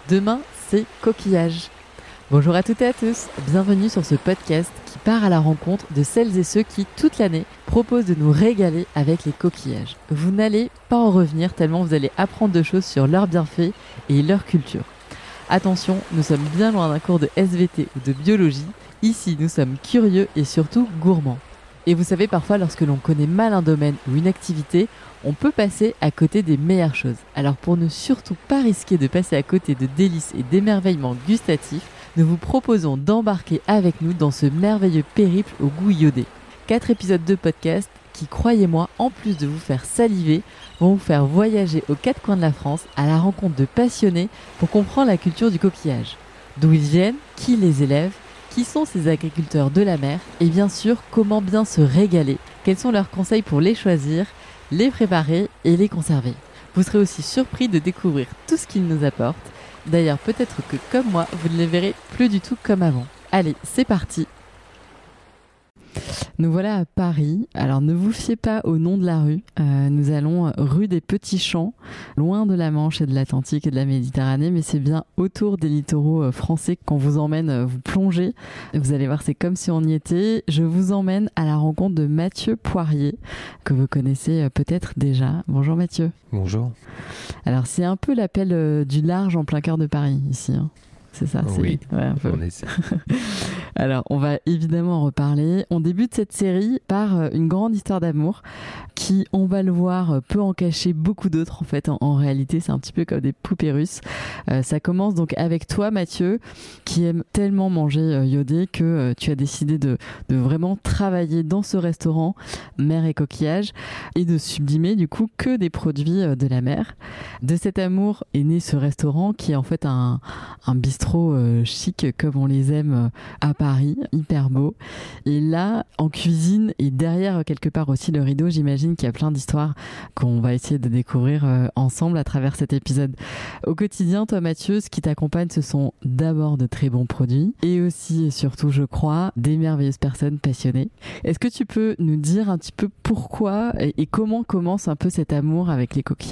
Demain, c'est coquillage. Bonjour à toutes et à tous, bienvenue sur ce podcast qui part à la rencontre de celles et ceux qui, toute l'année, proposent de nous régaler avec les coquillages. Vous n'allez pas en revenir tellement vous allez apprendre de choses sur leurs bienfaits et leur culture. Attention, nous sommes bien loin d'un cours de SVT ou de biologie. Ici, nous sommes curieux et surtout gourmands. Et vous savez, parfois, lorsque l'on connaît mal un domaine ou une activité, on peut passer à côté des meilleures choses. Alors pour ne surtout pas risquer de passer à côté de délices et d'émerveillements gustatifs, nous vous proposons d'embarquer avec nous dans ce merveilleux périple au goût iodé. 4 épisodes de podcast qui, croyez-moi, en plus de vous faire saliver, vont vous faire voyager aux 4 coins de la France à la rencontre de passionnés pour comprendre la culture du coquillage. D'où ils viennent, qui les élève, qui sont ces agriculteurs de la mer et bien sûr, comment bien se régaler, quels sont leurs conseils pour les choisir, les préparer et les conserver. Vous serez aussi surpris de découvrir tout ce qu'ils nous apportent. D'ailleurs, peut-être que comme moi, vous ne les verrez plus du tout comme avant. Allez, c'est parti! Nous voilà à Paris. Alors ne vous fiez pas au nom de la rue. Nous allons rue des Petits Champs, loin de la Manche et de l'Atlantique et de la Méditerranée, mais c'est bien autour des littoraux français qu'on vous emmène vous plonger. Vous allez voir, c'est comme si on y était. Je vous emmène à la rencontre de Mathieu Poirier, que vous connaissez peut-être déjà. Bonjour Mathieu. Bonjour. Alors c'est un peu l'appel du large en plein cœur de Paris ici, hein. C'est ça, oui, ouais, un peu. On essaie. Alors, on va évidemment en reparler. On débute cette série par une grande histoire d'amour qui, on va le voir, peut en cacher beaucoup d'autres. En fait, en réalité, c'est un petit peu comme des poupées russes. Ça commence donc avec toi, Mathieu, qui aime tellement manger iodé que tu as décidé de vraiment travailler dans ce restaurant mer et coquillage et de sublimer du coup que des produits de la mer. De cet amour est né ce restaurant qui est en fait un bistrot chic comme on les aime à Paris, hyper beau. Et là, en cuisine et derrière quelque part aussi le rideau, j'imagine qu'il y a plein d'histoires qu'on va essayer de découvrir ensemble à travers cet épisode. Au quotidien, toi Mathieu, ce qui t'accompagne, ce sont d'abord de très bons produits et aussi et surtout, je crois, des merveilleuses personnes passionnées. Est-ce que tu peux nous dire un petit peu pourquoi et comment commence un peu cet amour avec les coquillages ?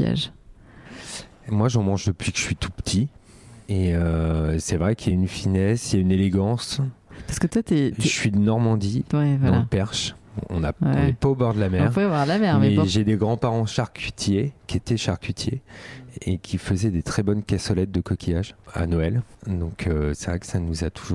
Moi, j'en mange depuis que je suis tout petit. Et c'est vrai qu'il y a une finesse, il y a une élégance. Parce que toi, Je suis de Normandie, ouais, voilà. dans le Perche. On n'est pas au bord de la mer. On peut voir la mer, mais bon. J'ai des grands-parents charcutiers, qui étaient charcutiers, et qui faisaient des très bonnes cassolettes de coquillages à Noël. Donc c'est vrai que ça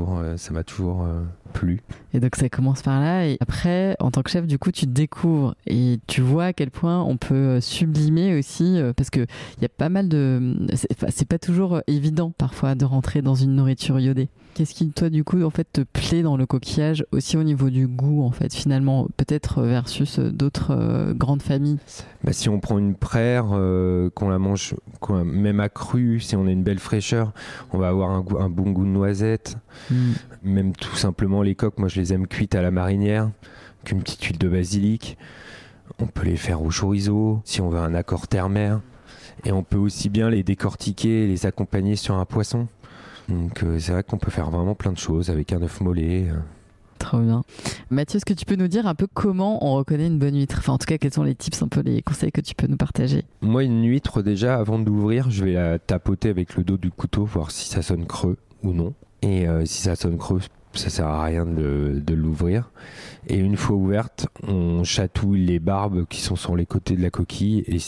m'a toujours plu. Et donc ça commence par là, et après, en tant que chef, du coup, tu découvres et tu vois à quel point on peut sublimer aussi, parce que il y a pas mal c'est pas toujours évident parfois de rentrer dans une nourriture iodée. Qu'est-ce qui, toi, du coup, en fait, te plaît dans le coquillage, aussi au niveau du goût, en fait, finalement, peut-être versus d'autres grandes familles? Si on prend une praire, qu'on la mange même à cru, si on a une belle fraîcheur, on va avoir un bon goût de noisette. Même tout simplement les coques, moi je les aime cuites à la marinière, avec une petite huile de basilic. On peut les faire au chorizo, si on veut un accord terre-mer. Et on peut aussi bien les décortiquer et les accompagner sur un poisson. Donc c'est vrai qu'on peut faire vraiment plein de choses avec un œuf mollet. Trop bien. Mathieu, est-ce que tu peux nous dire un peu comment on reconnaît une bonne huître ? Enfin, en tout cas, quels sont les tips, un peu les conseils que tu peux nous partager ? Moi, une huître, déjà, avant de l'ouvrir, je vais la tapoter avec le dos du couteau, voir si ça sonne creux ou non. Et si ça sonne creux, ça sert à rien de l'ouvrir. Et une fois ouverte, on chatouille les barbes qui sont sur les côtés de la coquille. Et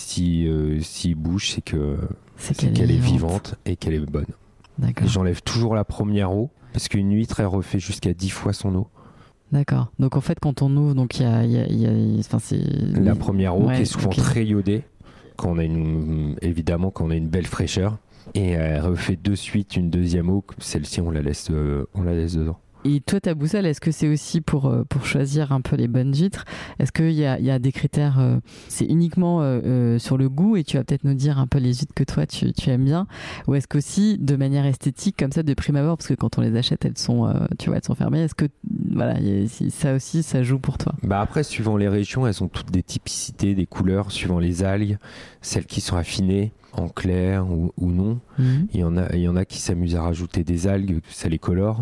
s'il bouge, c'est qu'elle est vivante et qu'elle est bonne. D'accord. Et j'enlève toujours la première eau, parce qu'une huître, elle refait jusqu'à 10 fois son eau. D'accord. Donc en fait, quand on ouvre, donc il y a enfin, c'est la première eau, ouais, qui est souvent très iodée, quand on a évidemment quand on a une belle fraîcheur, et elle refait de suite une deuxième eau. Celle-ci, on la laisse dedans. Et toi, ta boussole, est-ce que c'est aussi pour choisir un peu les bonnes huîtres ? Est-ce qu'il y a des critères, c'est uniquement sur le goût, et tu vas peut-être nous dire un peu les huîtres que toi tu aimes bien, ou est-ce qu'aussi de manière esthétique, comme ça de prime abord, parce que quand on les achète, elles sont, tu vois, elles sont fermées, est-ce que voilà, ça aussi, ça joue pour toi ? Après, suivant les régions, elles ont toutes des typicités, des couleurs, suivant les algues, celles qui sont affinées en clair ou non. Il y en a qui s'amusent à rajouter des algues, ça les colore.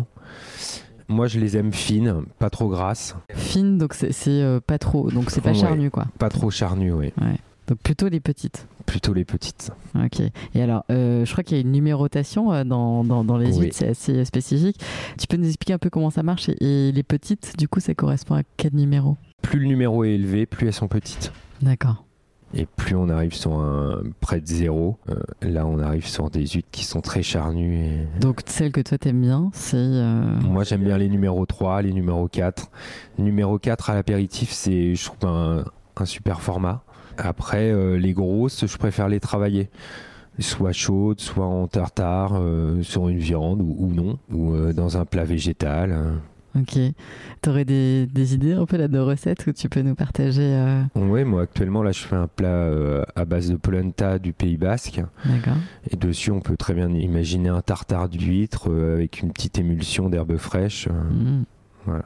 Moi, je les aime fines, pas trop grasses. Fines, donc c'est pas trop, donc c'est pas charnu, quoi. Pas trop charnu, oui. Ouais. Donc plutôt les petites. Plutôt les petites. Ok. Et alors, je crois qu'il y a une numérotation dans les huîtres, c'est assez spécifique. Tu peux nous expliquer un peu comment ça marche et les petites, du coup, ça correspond à quel numéro? Plus le numéro est élevé, plus elles sont petites. D'accord. Et plus on arrive sur près de 0, là on arrive sur des huîtres qui sont très charnues. Donc celle que toi t'aimes bien, c'est... Moi j'aime bien les numéros 3, les numéros 4. Numéro 4 à l'apéritif, c'est je trouve un super format. Après les grosses, je préfère les travailler. Soit chaudes, soit en tartare, sur une viande ou non, ou dans un plat végétal. Ok. T'aurais des idées un peu là de recettes que tu peux nous partager Oui, moi actuellement là je fais un plat à base de polenta du Pays Basque. D'accord. Et dessus on peut très bien imaginer un tartare d'huître avec une petite émulsion d'herbes fraîches. Voilà.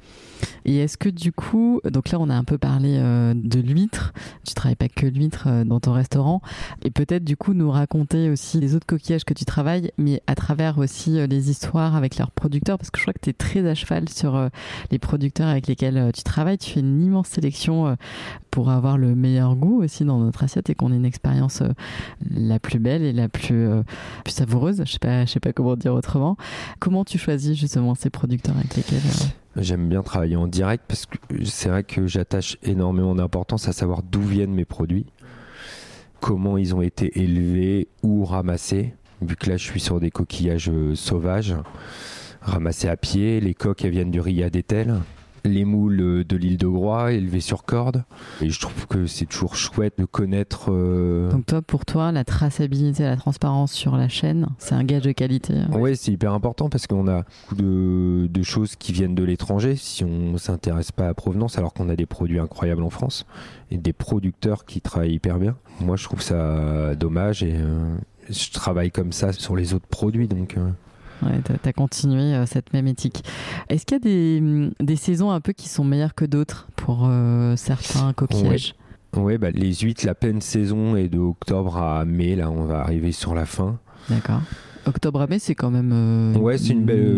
Et est-ce que du coup, donc là on a un peu parlé de l'huître, tu travailles pas que l'huître dans ton restaurant, et peut-être du coup nous raconter aussi les autres coquillages que tu travailles, mais à travers aussi les histoires avec leurs producteurs, parce que je crois que tu es très à cheval sur les producteurs avec lesquels tu travailles, tu fais une immense sélection pour avoir le meilleur goût aussi dans notre assiette et qu'on ait une expérience la plus belle et la plus savoureuse, je sais pas comment dire autrement. Comment tu choisis justement ces producteurs avec lesquels... J'aime bien travailler en direct parce que c'est vrai que j'attache énormément d'importance à savoir d'où viennent mes produits, comment ils ont été élevés ou ramassés, vu que là je suis sur des coquillages sauvages, ramassés à pied, les coques elles viennent du Ria d'Etel, les moules de l'île de Groix élevés sur corde, et je trouve que c'est toujours chouette de connaître... Donc pour toi, la traçabilité, la transparence sur la chaîne, c'est un gage de qualité. Oui, c'est hyper important parce qu'on a beaucoup de choses qui viennent de l'étranger si on ne s'intéresse pas à la provenance, alors qu'on a des produits incroyables en France et des producteurs qui travaillent hyper bien. Moi, je trouve ça dommage et je travaille comme ça sur les autres produits, donc... Ouais, t'as continué cette même éthique. Est-ce qu'il y a des saisons un peu qui sont meilleures que d'autres pour certains coquillages? Oui, bah, les huîtres, la pleine saison est de octobre à mai. Là, on va arriver sur la fin. D'accord. Octobre à mai, c'est quand même... ouais, c'est une belle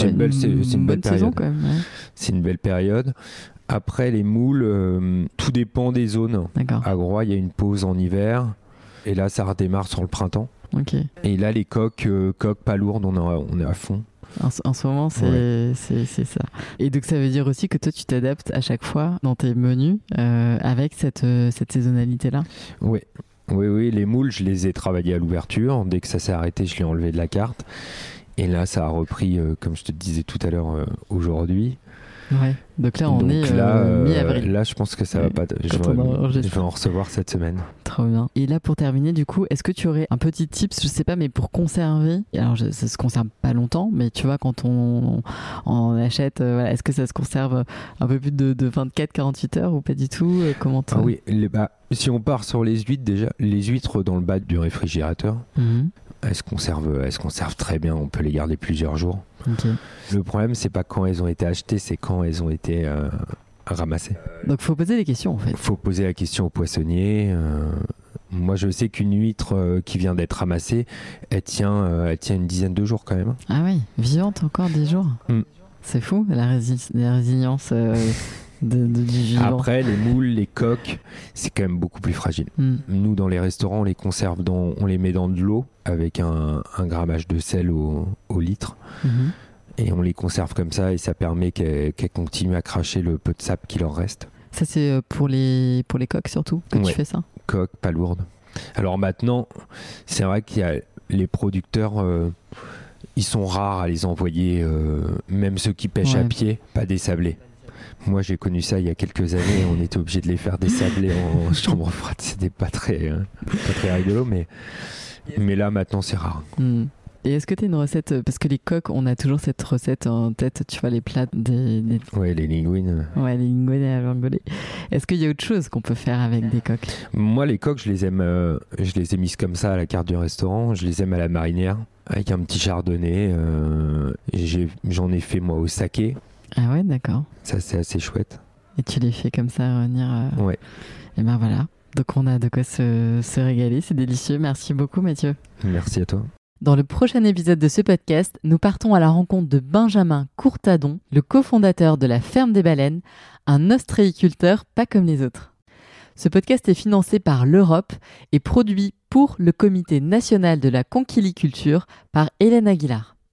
saison quand même. Ouais. C'est une belle période. Après, les moules, tout dépend des zones. D'accord. À Groix, il y a une pause en hiver. Et là, ça redémarre sur le printemps. Okay. Et là, les coques pas lourdes, on est à fond. En ce moment, c'est ça. Et donc, ça veut dire aussi que toi, tu t'adaptes à chaque fois dans tes menus avec cette saisonnalité-là? Oui. Oui, les moules, je les ai travaillés à l'ouverture. Dès que ça s'est arrêté, je l'ai enlevé de la carte. Et là, ça a repris, comme je te disais tout à l'heure, aujourd'hui. Ouais. Donc là, on est mi-avril. Là, je pense que ça va pas. Je vais en recevoir cette semaine. Trop bien. Et là, pour terminer, du coup, est-ce que tu aurais un petit tips, je sais pas, mais pour conserver? Alors, ça se conserve pas longtemps, mais tu vois, quand on achète, est-ce que ça se conserve un peu plus de 24-48 heures ou pas du tout? Comment Ah oui. Si on part sur les huîtres, déjà, les huîtres dans le bas du réfrigérateur. Elles se conservent très bien, on peut les garder plusieurs jours. Okay. Le problème, c'est pas quand elles ont été achetées, c'est quand elles ont été ramassées. Donc il faut poser des questions en fait. Il faut poser la question au poissonnier. Moi, je sais qu'une huître qui vient d'être ramassée, elle tient une dizaine de jours quand même. Ah oui, vivante encore 10 jours. C'est fou, la résilience du vivant. Après, les moules, les coques, c'est quand même beaucoup plus fragile. Nous, dans les restaurants, on les conserve on les met dans de l'eau avec un grammage de sel au litre. Et on les conserve comme ça et ça permet qu'elles continuent à cracher le peu de sable qui leur reste. Ça, c'est pour les coques surtout que tu fais ça? Coques, pas lourdes. Alors maintenant, c'est vrai qu'il y a les producteurs... ils sont rares à les envoyer, même ceux qui pêchent à pied, pas dessablés. Moi, j'ai connu ça il y a quelques années. On était obligé de les faire dessabler en chambre froide. C'était pas très rigolo, mais là, maintenant, c'est rare. Et est-ce que tu as une recette, parce que les coques, on a toujours cette recette en tête, tu vois, les plats Ouais, les linguines. Ouais, les linguines à l'angolais. Est-ce qu'il y a autre chose qu'on peut faire avec des coques? Moi, les coques, je les ai mises comme ça à la carte du restaurant. Je les aime à la marinière, avec un petit chardonnay. J'en ai fait, moi, au saké. Ah ouais, d'accord. Ça, c'est assez chouette. Et tu les fais comme ça revenir Ouais. Et ben voilà. Donc on a de quoi se régaler. C'est délicieux. Merci beaucoup, Mathieu. Merci à toi. Dans le prochain épisode de ce podcast, nous partons à la rencontre de Benjamin Courtadon, le cofondateur de la Ferme des Baleines, un ostréiculteur pas comme les autres. Ce podcast est financé par l'Europe et produit pour le Comité national de la conchiliculture par Hélène Aguilar.